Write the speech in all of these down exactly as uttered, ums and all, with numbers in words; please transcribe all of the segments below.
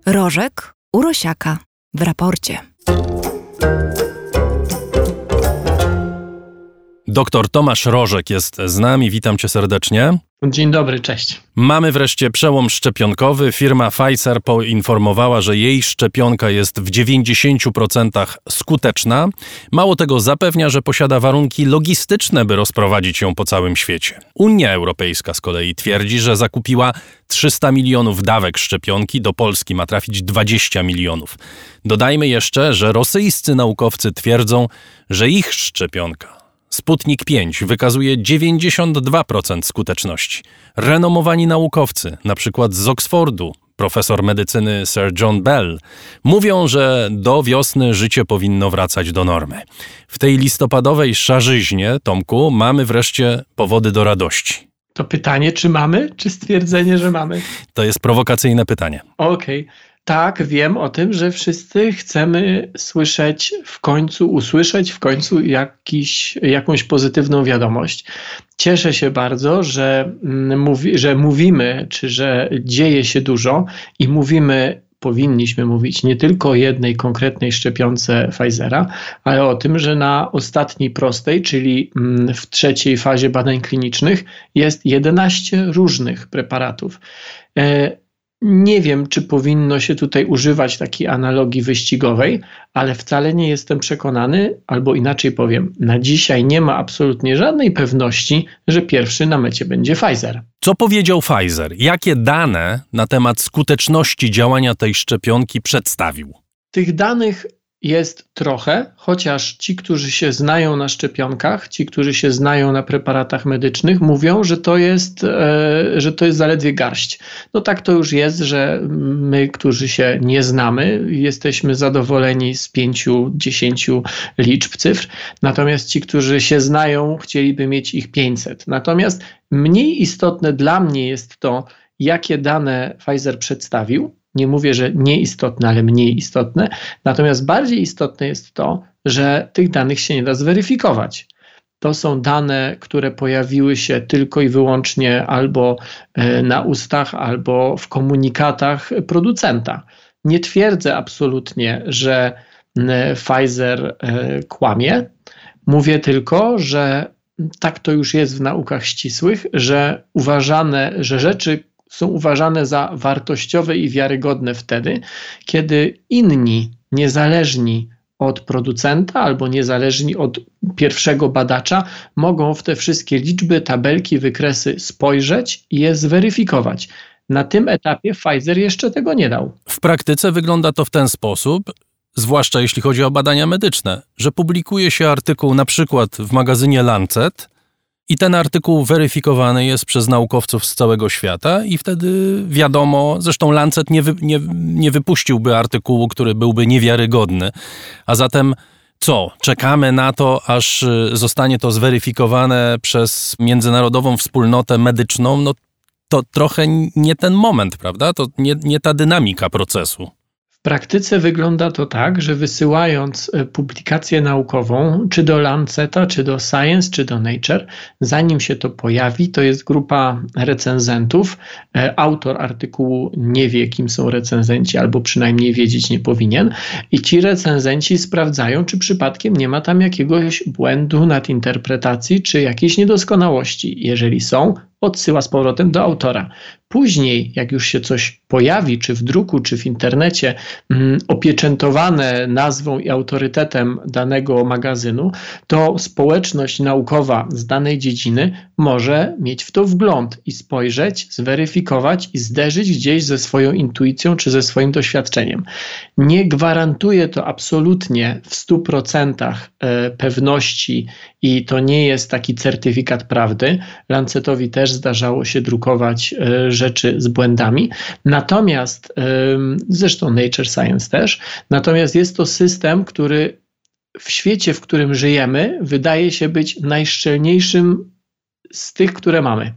Rożek u Rosiaka w raporcie. Doktor Tomasz Rożek jest z nami, witam cię serdecznie. Dzień dobry, cześć. Mamy wreszcie przełom szczepionkowy. Firma Pfizer poinformowała, że jej szczepionka jest w dziewięćdziesięciu procentach skuteczna. Mało tego, zapewnia, że posiada warunki logistyczne, by rozprowadzić ją po całym świecie. Unia Europejska z kolei twierdzi, że zakupiła trzysta milionów dawek szczepionki, do Polski ma trafić dwadzieścia milionów. Dodajmy jeszcze, że rosyjscy naukowcy twierdzą, że ich szczepionka Sputnik pięć wykazuje dziewięćdziesiąt dwa procent skuteczności. Renomowani naukowcy, na przykład z Oksfordu, profesor medycyny Sir John Bell, mówią, że do wiosny życie powinno wracać do normy. W tej listopadowej szarzyźnie, Tomku, mamy wreszcie powody do radości. To pytanie, czy mamy, czy stwierdzenie, że mamy? To jest prowokacyjne pytanie. Okej. Okay. Tak, wiem o tym, że wszyscy chcemy słyszeć w końcu, usłyszeć w końcu jakiś, jakąś pozytywną wiadomość. Cieszę się bardzo, że, mówi, że mówimy, czy że dzieje się dużo i mówimy, powinniśmy mówić nie tylko o jednej konkretnej szczepionce Pfizera, ale o tym, że na ostatniej prostej, czyli w trzeciej fazie badań klinicznych jest jedenaście różnych preparatów. Nie wiem, czy powinno się tutaj używać takiej analogii wyścigowej, ale wcale nie jestem przekonany, albo inaczej powiem, na dzisiaj nie ma absolutnie żadnej pewności, że pierwszy na mecie będzie Pfizer. Co powiedział Pfizer? Jakie dane na temat skuteczności działania tej szczepionki przedstawił? Tych danych jest trochę, chociaż ci, którzy się znają na szczepionkach, ci, którzy się znają na preparatach medycznych, mówią, że to jest, e, że to jest zaledwie garść. No tak to już jest, że my, którzy się nie znamy, jesteśmy zadowoleni z pięciu, dziesięciu liczb, cyfr, natomiast ci, którzy się znają, chcieliby mieć ich pięćset. Natomiast mniej istotne dla mnie jest to, jakie dane Pfizer przedstawił. Nie mówię, że nieistotne, ale mniej istotne. Natomiast bardziej istotne jest to, że tych danych się nie da zweryfikować. To są dane, które pojawiły się tylko i wyłącznie albo na ustach, albo w komunikatach producenta. Nie twierdzę absolutnie, że Pfizer kłamie. Mówię tylko, że tak to już jest w naukach ścisłych, że uważane, że rzeczy są uważane za wartościowe i wiarygodne wtedy, kiedy inni, niezależni od producenta albo niezależni od pierwszego badacza, mogą w te wszystkie liczby, tabelki, wykresy spojrzeć i je zweryfikować. Na tym etapie Pfizer jeszcze tego nie dał. W praktyce wygląda to w ten sposób, zwłaszcza jeśli chodzi o badania medyczne, że publikuje się artykuł na przykład w magazynie Lancet, i ten artykuł weryfikowany jest przez naukowców z całego świata i wtedy wiadomo, zresztą Lancet nie, wy, nie, nie wypuściłby artykułu, który byłby niewiarygodny. A zatem co? Czekamy na to, aż zostanie to zweryfikowane przez międzynarodową wspólnotę medyczną? No to trochę nie ten moment, prawda? To nie, nie ta dynamika procesu. W praktyce wygląda to tak, że wysyłając publikację naukową, czy do Lanceta, czy do Science, czy do Nature, zanim się to pojawi, to jest grupa recenzentów. Autor artykułu nie wie, kim są recenzenci, albo przynajmniej wiedzieć nie powinien. I ci recenzenci sprawdzają, czy przypadkiem nie ma tam jakiegoś błędu nadinterpretacji, czy jakiejś niedoskonałości. Jeżeli są, odsyła z powrotem do autora. Później, jak już się coś pojawi, czy w druku, czy w internecie, mm, opieczętowane nazwą i autorytetem danego magazynu, to społeczność naukowa z danej dziedziny może mieć w to wgląd i spojrzeć, zweryfikować i zderzyć gdzieś ze swoją intuicją, czy ze swoim doświadczeniem. Nie gwarantuje to absolutnie w stu procentach pewności i to nie jest taki certyfikat prawdy. Lancetowi też zdarzało się drukować y, rzeczy z błędami. Natomiast, y, zresztą Nature Science też, natomiast jest to system, który w świecie, w którym żyjemy, wydaje się być najszczelniejszym z tych, które mamy.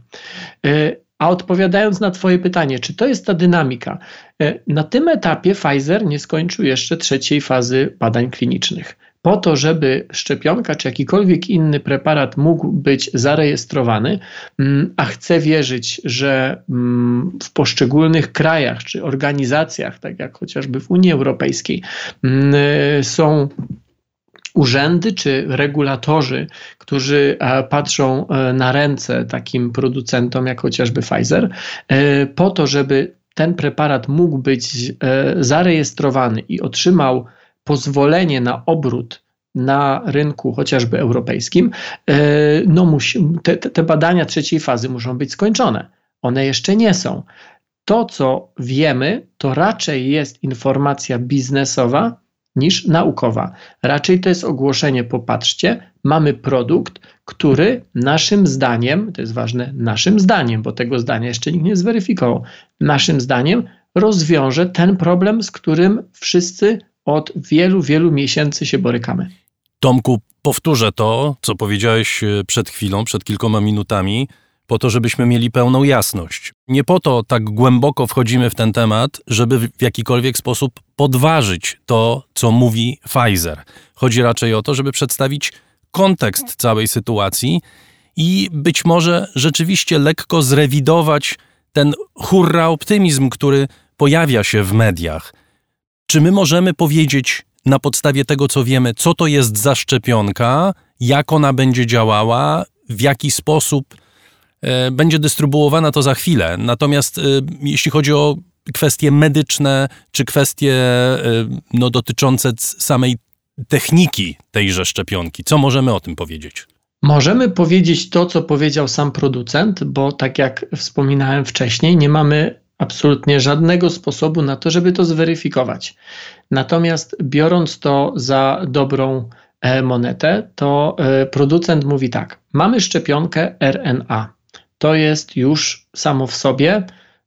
Y, A odpowiadając na twoje pytanie, czy to jest ta dynamika? Na tym etapie Pfizer nie skończył jeszcze trzeciej fazy badań klinicznych. Po to, żeby szczepionka czy jakikolwiek inny preparat mógł być zarejestrowany, a chcę wierzyć, że w poszczególnych krajach czy organizacjach, tak jak chociażby w Unii Europejskiej, są urzędy czy regulatorzy, którzy patrzą na ręce takim producentom jak chociażby Pfizer, po to, żeby ten preparat mógł być zarejestrowany i otrzymał pozwolenie na obrót na rynku chociażby europejskim, no musi, te, te badania trzeciej fazy muszą być skończone. One jeszcze nie są. To, co wiemy, to raczej jest informacja biznesowa niż naukowa. Raczej to jest ogłoszenie, popatrzcie, mamy produkt, który naszym zdaniem, to jest ważne, naszym zdaniem, bo tego zdania jeszcze nikt nie zweryfikował, naszym zdaniem rozwiąże ten problem, z którym wszyscy od wielu, wielu miesięcy się borykamy. Tomku, powtórzę to, co powiedziałeś przed chwilą, przed kilkoma minutami, po to, żebyśmy mieli pełną jasność. Nie po to tak głęboko wchodzimy w ten temat, żeby w jakikolwiek sposób podważyć to, co mówi Pfizer. Chodzi raczej o to, żeby przedstawić kontekst całej sytuacji i być może rzeczywiście lekko zrewidować ten hurra optymizm, który pojawia się w mediach. Czy my możemy powiedzieć na podstawie tego, co wiemy, co to jest za szczepionka, jak ona będzie działała, w jaki sposób e, będzie dystrybuowana, to za chwilę. Natomiast e, jeśli chodzi o kwestie medyczne, czy kwestie e, no, dotyczące samej techniki tejże szczepionki, co możemy o tym powiedzieć? Możemy powiedzieć to, co powiedział sam producent, bo tak jak wspominałem wcześniej, nie mamy absolutnie żadnego sposobu na to, żeby to zweryfikować. Natomiast biorąc to za dobrą monetę, to producent mówi tak, mamy szczepionkę R N A. To jest już samo w sobie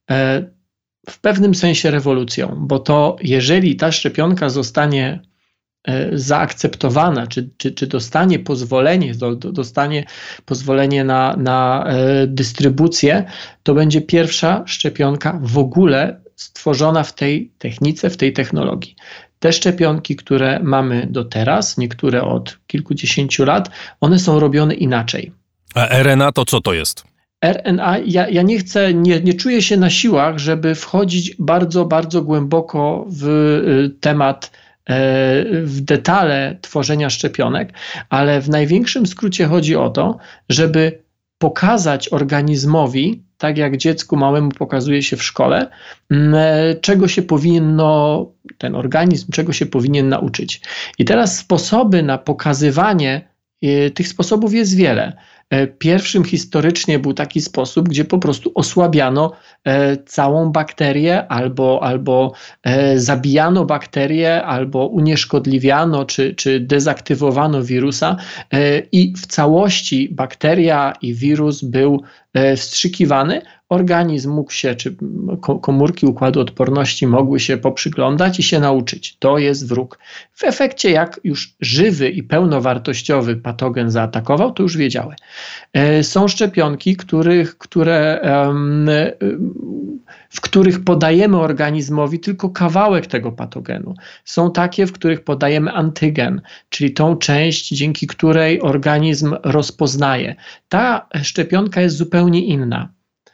w pewnym sensie rewolucją, bo to jeżeli ta szczepionka zostanie zaakceptowana, czy, czy, czy dostanie pozwolenie, do, dostanie pozwolenie na, na e, dystrybucję, to będzie pierwsza szczepionka w ogóle stworzona w tej technice, w tej technologii. Te szczepionki, które mamy do teraz, niektóre od kilkudziesięciu lat, one są robione inaczej. A R N A to co to jest? R N A, ja, ja nie chcę, nie, nie czuję się na siłach, żeby wchodzić bardzo, bardzo głęboko w y, temat w detale tworzenia szczepionek, ale w największym skrócie chodzi o to, żeby pokazać organizmowi, tak jak dziecku małemu pokazuje się w szkole, czego się powinno, ten organizm, czego się powinien nauczyć. I teraz sposoby na pokazywanie, tych sposobów jest wiele. Pierwszym historycznie był taki sposób, gdzie po prostu osłabiano e, całą bakterię albo, albo e, zabijano bakterię, albo unieszkodliwiano czy, czy dezaktywowano wirusa e, i w całości bakteria i wirus był e, wstrzykiwany. Organizm mógł się, czy komórki układu odporności mogły się poprzyglądać i się nauczyć. To jest wróg. W efekcie, jak już żywy i pełnowartościowy patogen zaatakował, to już wiedziały. Są szczepionki, których, które, w których podajemy organizmowi tylko kawałek tego patogenu. Są takie, w których podajemy antygen, czyli tą część, dzięki której organizm rozpoznaje. Ta szczepionka jest zupełnie inna.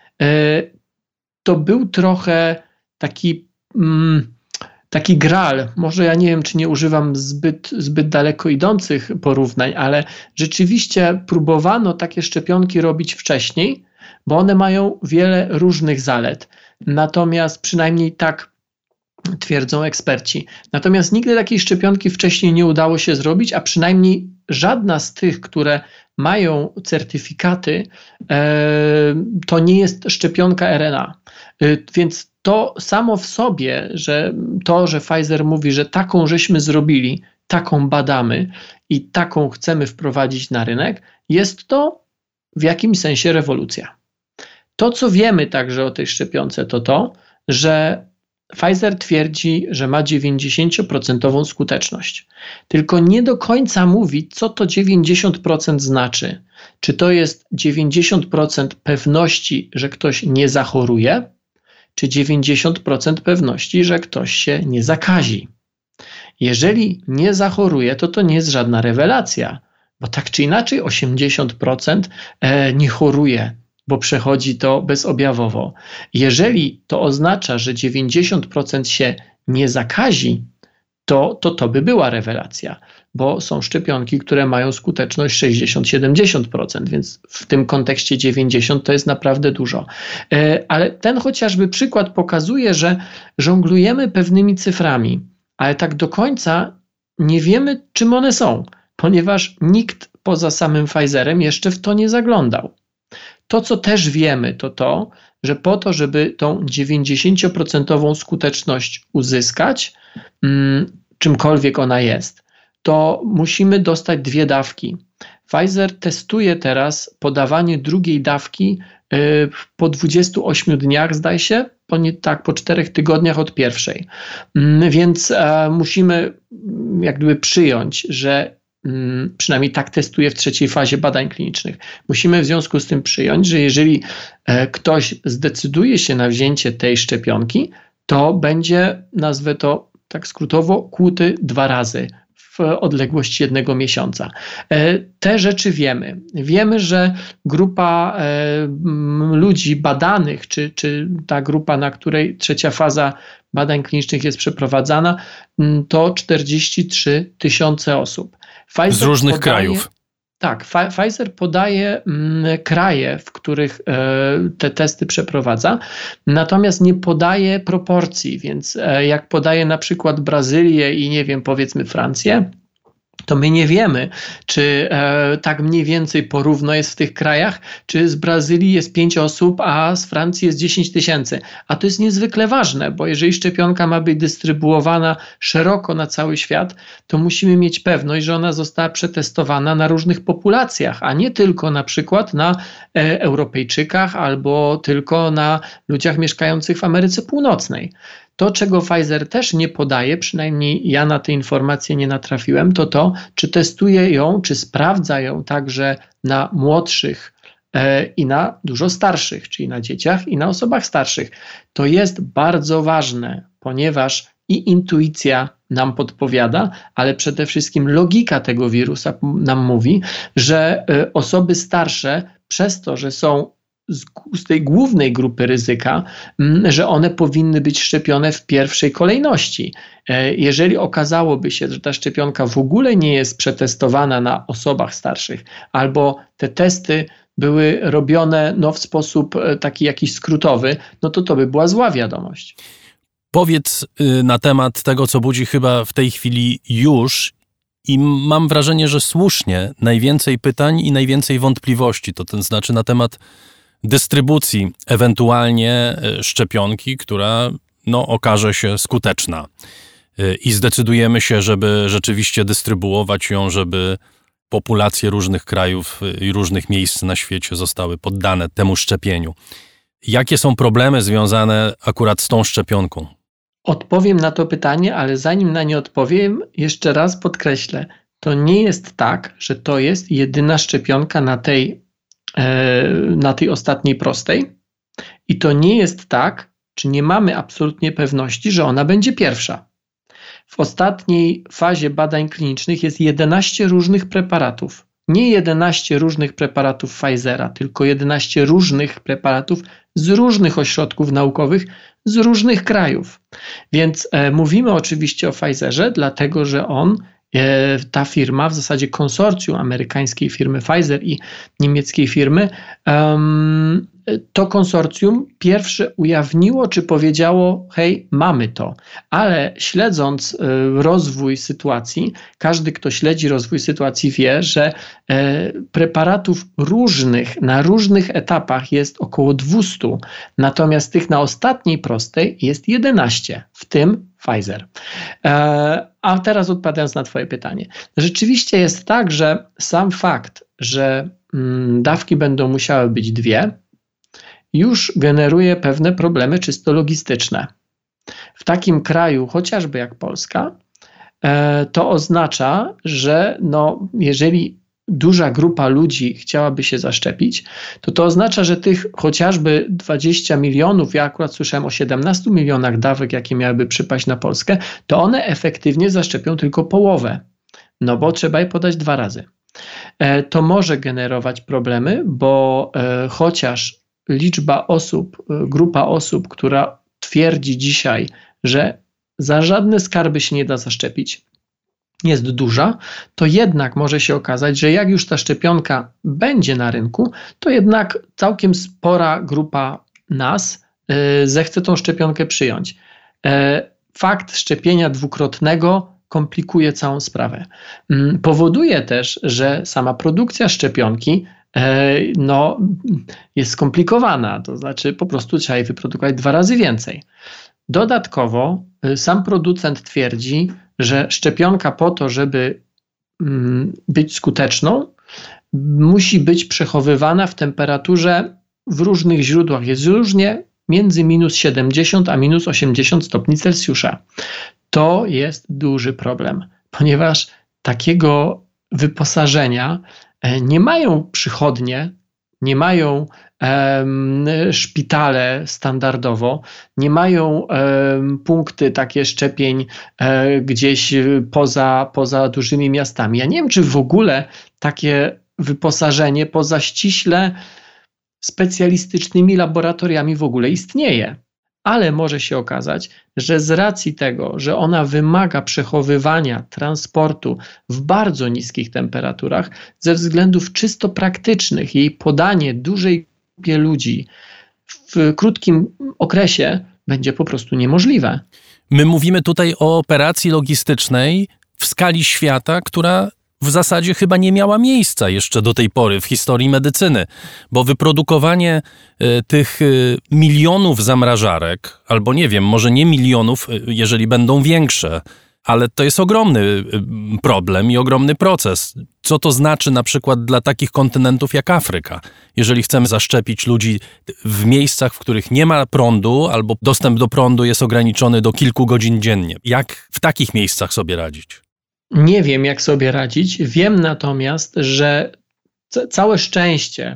To był trochę taki, taki gral, może ja nie wiem, czy nie używam zbyt, zbyt daleko idących porównań, ale rzeczywiście próbowano takie szczepionki robić wcześniej, bo one mają wiele różnych zalet. Natomiast przynajmniej tak twierdzą eksperci. Natomiast nigdy takiej szczepionki wcześniej nie udało się zrobić, a przynajmniej żadna z tych, które mają certyfikaty, to nie jest szczepionka R N A. Więc to samo w sobie, że to, że Pfizer mówi, że taką żeśmy zrobili, taką badamy i taką chcemy wprowadzić na rynek, jest to w jakimś sensie rewolucja. To, co wiemy także o tej szczepionce, to to, że Pfizer twierdzi, że ma dziewięćdziesięcioprocentową skuteczność. Tylko nie do końca mówi, co to dziewięćdziesiąt procent znaczy. Czy to jest dziewięćdziesiąt procent pewności, że ktoś nie zachoruje, czy dziewięćdziesiąt procent pewności, że ktoś się nie zakazi. Jeżeli nie zachoruje, to to nie jest żadna rewelacja, bo tak czy inaczej osiemdziesiąt procent nie choruje, bo przechodzi to bezobjawowo. Jeżeli to oznacza, że dziewięćdziesiąt procent się nie zakazi, to to, to by była rewelacja, bo są szczepionki, które mają skuteczność sześćdziesiąt do siedemdziesięciu procent, więc w tym kontekście dziewięćdziesiąt to jest naprawdę dużo. Ale ten chociażby przykład pokazuje, że żonglujemy pewnymi cyframi, ale tak do końca nie wiemy, czym one są, ponieważ nikt poza samym Pfizerem jeszcze w to nie zaglądał. To, co też wiemy, to to, że po to, żeby tą dziewięćdziesięcioprocentową skuteczność uzyskać, hmm, czymkolwiek ona jest, to musimy dostać dwie dawki. Pfizer testuje teraz podawanie drugiej dawki y, po dwudziestu ośmiu dniach, zdaje się, po nie, tak, po czterech tygodniach od pierwszej. Y, więc y, musimy jak gdyby przyjąć, że przynajmniej tak testuje w trzeciej fazie badań klinicznych. Musimy w związku z tym przyjąć, że jeżeli ktoś zdecyduje się na wzięcie tej szczepionki, to będzie, nazwę to tak skrótowo, kłuty dwa razy w odległości jednego miesiąca. Te rzeczy wiemy. Wiemy, że grupa ludzi badanych, czy, czy ta grupa, na której trzecia faza badań klinicznych jest przeprowadzana, to czterdzieści trzy tysiące osób. Pfizer z różnych podaje, krajów. Tak, Pfizer podaje mm, kraje, w których e, te testy przeprowadza, natomiast nie podaje proporcji, więc e, jak podaje na przykład Brazylię i nie wiem, powiedzmy Francję, to my nie wiemy, czy e, tak mniej więcej porówno jest w tych krajach, czy z Brazylii jest pięć osób, a z Francji jest dziesięć tysięcy. A to jest niezwykle ważne, bo jeżeli szczepionka ma być dystrybuowana szeroko na cały świat, to musimy mieć pewność, że ona została przetestowana na różnych populacjach, a nie tylko na przykład na e, Europejczykach albo tylko na ludziach mieszkających w Ameryce Północnej. To, czego Pfizer też nie podaje, przynajmniej ja na te informacje nie natrafiłem, to to, czy testuje ją, czy sprawdza ją także na młodszych e, i na dużo starszych, czyli na dzieciach i na osobach starszych. To jest bardzo ważne, ponieważ i intuicja nam podpowiada, ale przede wszystkim logika tego wirusa nam mówi, że e, osoby starsze przez to, że są Z, z tej głównej grupy ryzyka, że one powinny być szczepione w pierwszej kolejności. Jeżeli okazałoby się, że ta szczepionka w ogóle nie jest przetestowana na osobach starszych, albo te testy były robione no, w sposób taki jakiś skrótowy, no to to by była zła wiadomość. Powiedz na temat tego, co budzi chyba w tej chwili już i mam wrażenie, że słusznie najwięcej pytań i najwięcej wątpliwości, to ten znaczy na temat dystrybucji ewentualnie szczepionki, która no, okaże się skuteczna i zdecydujemy się, żeby rzeczywiście dystrybuować ją, żeby populacje różnych krajów i różnych miejsc na świecie zostały poddane temu szczepieniu. Jakie są problemy związane akurat z tą szczepionką? Odpowiem na to pytanie, ale zanim na nie odpowiem, jeszcze raz podkreślę, to nie jest tak, że to jest jedyna szczepionka na tej na tej ostatniej prostej i to nie jest tak, czy nie mamy absolutnie pewności, że ona będzie pierwsza. W ostatniej fazie badań klinicznych jest jedenaście różnych preparatów. Nie jedenaście różnych preparatów Pfizera, tylko jedenaście różnych preparatów z różnych ośrodków naukowych, z różnych krajów. Więc e, mówimy oczywiście o Pfizerze, dlatego że on ta firma, w zasadzie konsorcjum amerykańskiej firmy Pfizer i niemieckiej firmy, to konsorcjum pierwsze ujawniło, czy powiedziało, hej, mamy to. Ale śledząc rozwój sytuacji, każdy, kto śledzi rozwój sytuacji, wie, że preparatów różnych, na różnych etapach jest około dwieście, natomiast tych na ostatniej prostej jest jedenaście, w tym Pfizer. A teraz odpowiadając na twoje pytanie. Rzeczywiście jest tak, że sam fakt, że dawki będą musiały być dwie, już generuje pewne problemy czysto logistyczne. W takim kraju, chociażby jak Polska, to oznacza, że no, jeżeli duża grupa ludzi chciałaby się zaszczepić, to to oznacza, że tych chociażby dwadzieścia milionów, ja akurat słyszałem o siedemnastu milionach dawek, jakie miałyby przypaść na Polskę, to one efektywnie zaszczepią tylko połowę, no bo trzeba je podać dwa razy. To może generować problemy, bo chociaż liczba osób, grupa osób, która twierdzi dzisiaj, że za żadne skarby się nie da zaszczepić, jest duża, to jednak może się okazać, że jak już ta szczepionka będzie na rynku, to jednak całkiem spora grupa nas zechce tą szczepionkę przyjąć. Fakt szczepienia dwukrotnego komplikuje całą sprawę. Powoduje też, że sama produkcja szczepionki no, jest skomplikowana, to znaczy po prostu trzeba jej wyprodukować dwa razy więcej. Dodatkowo sam producent twierdzi, że szczepionka po to, żeby być skuteczną, musi być przechowywana w temperaturze w różnych źródłach. Jest różnie między minus siedemdziesiąt a minus osiemdziesiąt stopni Celsjusza. To jest duży problem, ponieważ takiego wyposażenia nie mają przychodnie, nie mają um, szpitale standardowo, nie mają um, punkty takie szczepień um, gdzieś poza, poza dużymi miastami. Ja nie wiem, czy w ogóle takie wyposażenie poza ściśle specjalistycznymi laboratoriami w ogóle istnieje. Ale może się okazać, że z racji tego, że ona wymaga przechowywania, transportu w bardzo niskich temperaturach, ze względów czysto praktycznych, jej podanie dużej grupie ludzi w krótkim okresie będzie po prostu niemożliwe. My mówimy tutaj o operacji logistycznej w skali świata, która w zasadzie chyba nie miała miejsca jeszcze do tej pory w historii medycyny, bo wyprodukowanie y, tych y, milionów zamrażarek, albo nie wiem, może nie milionów, y, jeżeli będą większe, ale to jest ogromny y, problem i ogromny proces. Co to znaczy na przykład dla takich kontynentów jak Afryka? Jeżeli chcemy zaszczepić ludzi w miejscach, w których nie ma prądu, albo dostęp do prądu jest ograniczony do kilku godzin dziennie. Jak w takich miejscach sobie radzić? Nie wiem, jak sobie radzić. Wiem natomiast, że całe szczęście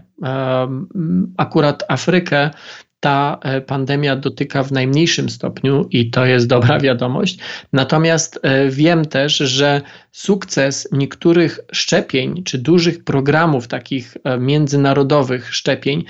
akurat Afrykę ta pandemia dotyka w najmniejszym stopniu i to jest dobra wiadomość. Natomiast wiem też, że sukces niektórych szczepień czy dużych programów takich międzynarodowych szczepień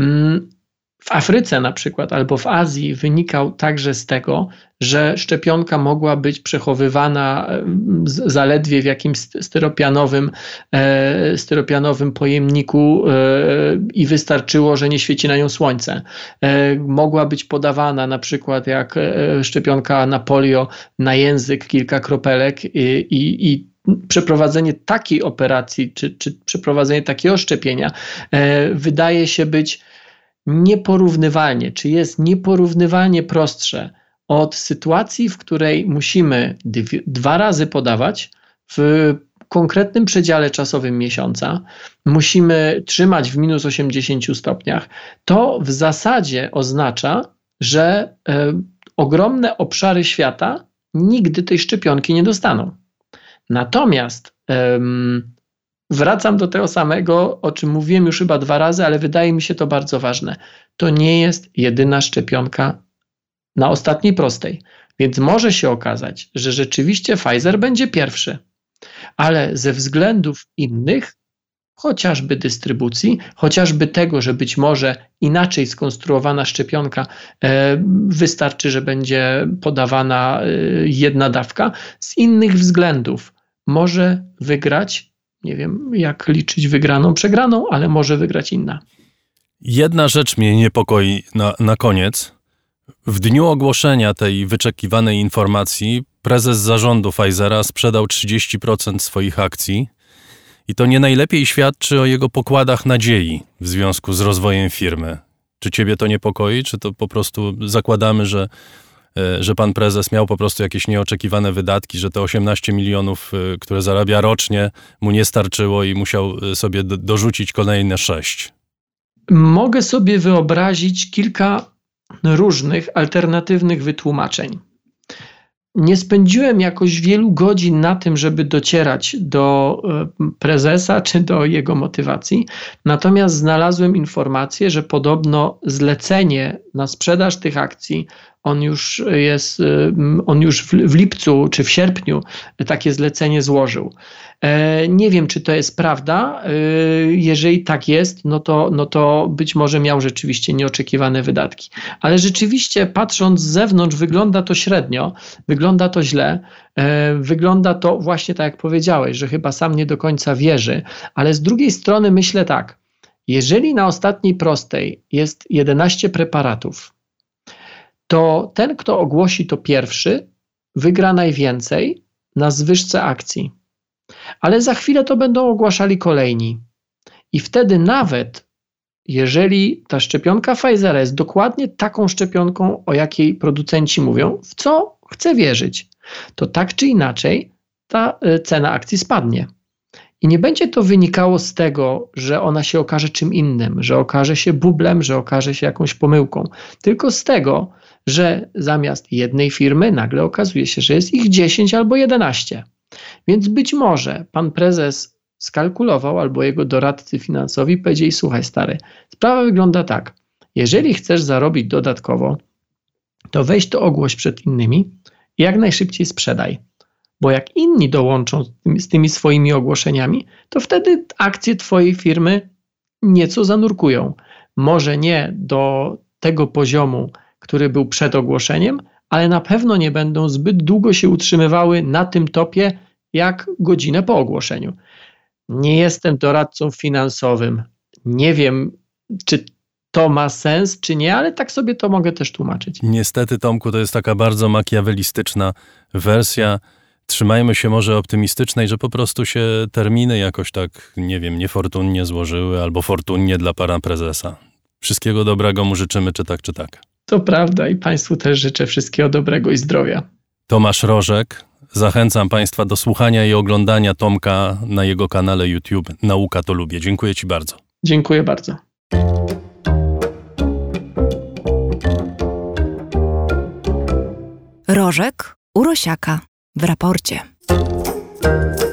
w Afryce na przykład albo w Azji wynikał także z tego, że szczepionka mogła być przechowywana zaledwie w jakimś styropianowym, e, styropianowym pojemniku e, i wystarczyło, że nie świeci na nią słońce. E, mogła być podawana na przykład jak szczepionka na polio na język, kilka kropelek i, i, i przeprowadzenie takiej operacji czy, czy przeprowadzenie takiego szczepienia e, wydaje się być nieporównywalnie, czy jest nieporównywalnie prostsze od sytuacji, w której musimy dwie, dwa razy podawać w konkretnym przedziale czasowym miesiąca, musimy trzymać w minus osiemdziesięciu stopniach, to w zasadzie oznacza, że e, ogromne obszary świata nigdy tej szczepionki nie dostaną. Natomiast e, wracam do tego samego, o czym mówiłem już chyba dwa razy, ale wydaje mi się to bardzo ważne. To nie jest jedyna szczepionka na ostatniej prostej. Więc może się okazać, że rzeczywiście Pfizer będzie pierwszy. Ale ze względów innych, chociażby dystrybucji, chociażby tego, że być może inaczej skonstruowana szczepionka e, wystarczy, że będzie podawana e, jedna dawka, z innych względów może wygrać. Nie wiem, jak liczyć wygraną, przegraną, ale może wygrać inna. Jedna rzecz mnie niepokoi na, na koniec. W dniu ogłoszenia tej wyczekiwanej informacji prezes zarządu Pfizera sprzedał trzydzieści procent swoich akcji i to nie najlepiej świadczy o jego pokładach nadziei w związku z rozwojem firmy. Czy ciebie to niepokoi, czy to po prostu zakładamy, że że pan prezes miał po prostu jakieś nieoczekiwane wydatki, że te osiemnaście milionów, które zarabia rocznie, mu nie starczyło i musiał sobie do, dorzucić kolejne sześć? Mogę sobie wyobrazić kilka różnych alternatywnych wytłumaczeń. nie spędziłem jakoś wielu godzin na tym, żeby docierać do prezesa czy do jego motywacji, natomiast znalazłem informację, że podobno zlecenie na sprzedaż tych akcji, on już jest, on już w, w lipcu czy w sierpniu takie zlecenie złożył. Nie wiem, czy to jest prawda. Jeżeli tak jest, no to, no to być może miał rzeczywiście nieoczekiwane wydatki. Ale rzeczywiście, patrząc z zewnątrz, wygląda to średnio, wygląda to źle, wygląda to właśnie tak, jak powiedziałeś, że chyba sam nie do końca wierzy, ale z drugiej strony myślę tak, jeżeli na ostatniej prostej jest jedenaście preparatów, to ten, kto ogłosi to pierwszy, wygra najwięcej na zwyżce akcji. Ale za chwilę to będą ogłaszali kolejni. I wtedy nawet, jeżeli ta szczepionka Pfizera jest dokładnie taką szczepionką, o jakiej producenci mówią, w co chcę wierzyć, to tak czy inaczej ta cena akcji spadnie. I nie będzie to wynikało z tego, że ona się okaże czym innym, że okaże się bublem, że okaże się jakąś pomyłką, tylko z tego, że zamiast jednej firmy nagle okazuje się, że jest ich dziesięć albo jedenaście. Więc być może pan prezes skalkulował albo jego doradcy finansowi powiedzieli: słuchaj stary, sprawa wygląda tak, jeżeli chcesz zarobić dodatkowo, to weź to ogłoś przed innymi i jak najszybciej sprzedaj. Bo jak inni dołączą z tymi, z tymi swoimi ogłoszeniami, to wtedy akcje twojej firmy nieco zanurkują. Może nie do tego poziomu, który był przed ogłoszeniem, ale na pewno nie będą zbyt długo się utrzymywały na tym topie, jak godzinę po ogłoszeniu. Nie jestem doradcą finansowym. Nie wiem, czy to ma sens, czy nie, ale tak sobie to mogę też tłumaczyć. Niestety, Tomku, to jest taka bardzo makiawelistyczna wersja. Trzymajmy się może optymistycznej, że po prostu się terminy jakoś tak, nie wiem, niefortunnie złożyły albo fortunnie dla pana prezesa. Wszystkiego dobrego mu życzymy, czy tak, czy tak. To prawda i państwu też życzę wszystkiego dobrego i zdrowia. Tomasz Rożek. Zachęcam państwa do słuchania i oglądania Tomka na jego kanale YouTube Nauka to lubię. Dziękuję ci bardzo. Dziękuję bardzo. Rożek u Rosiaka w raporcie.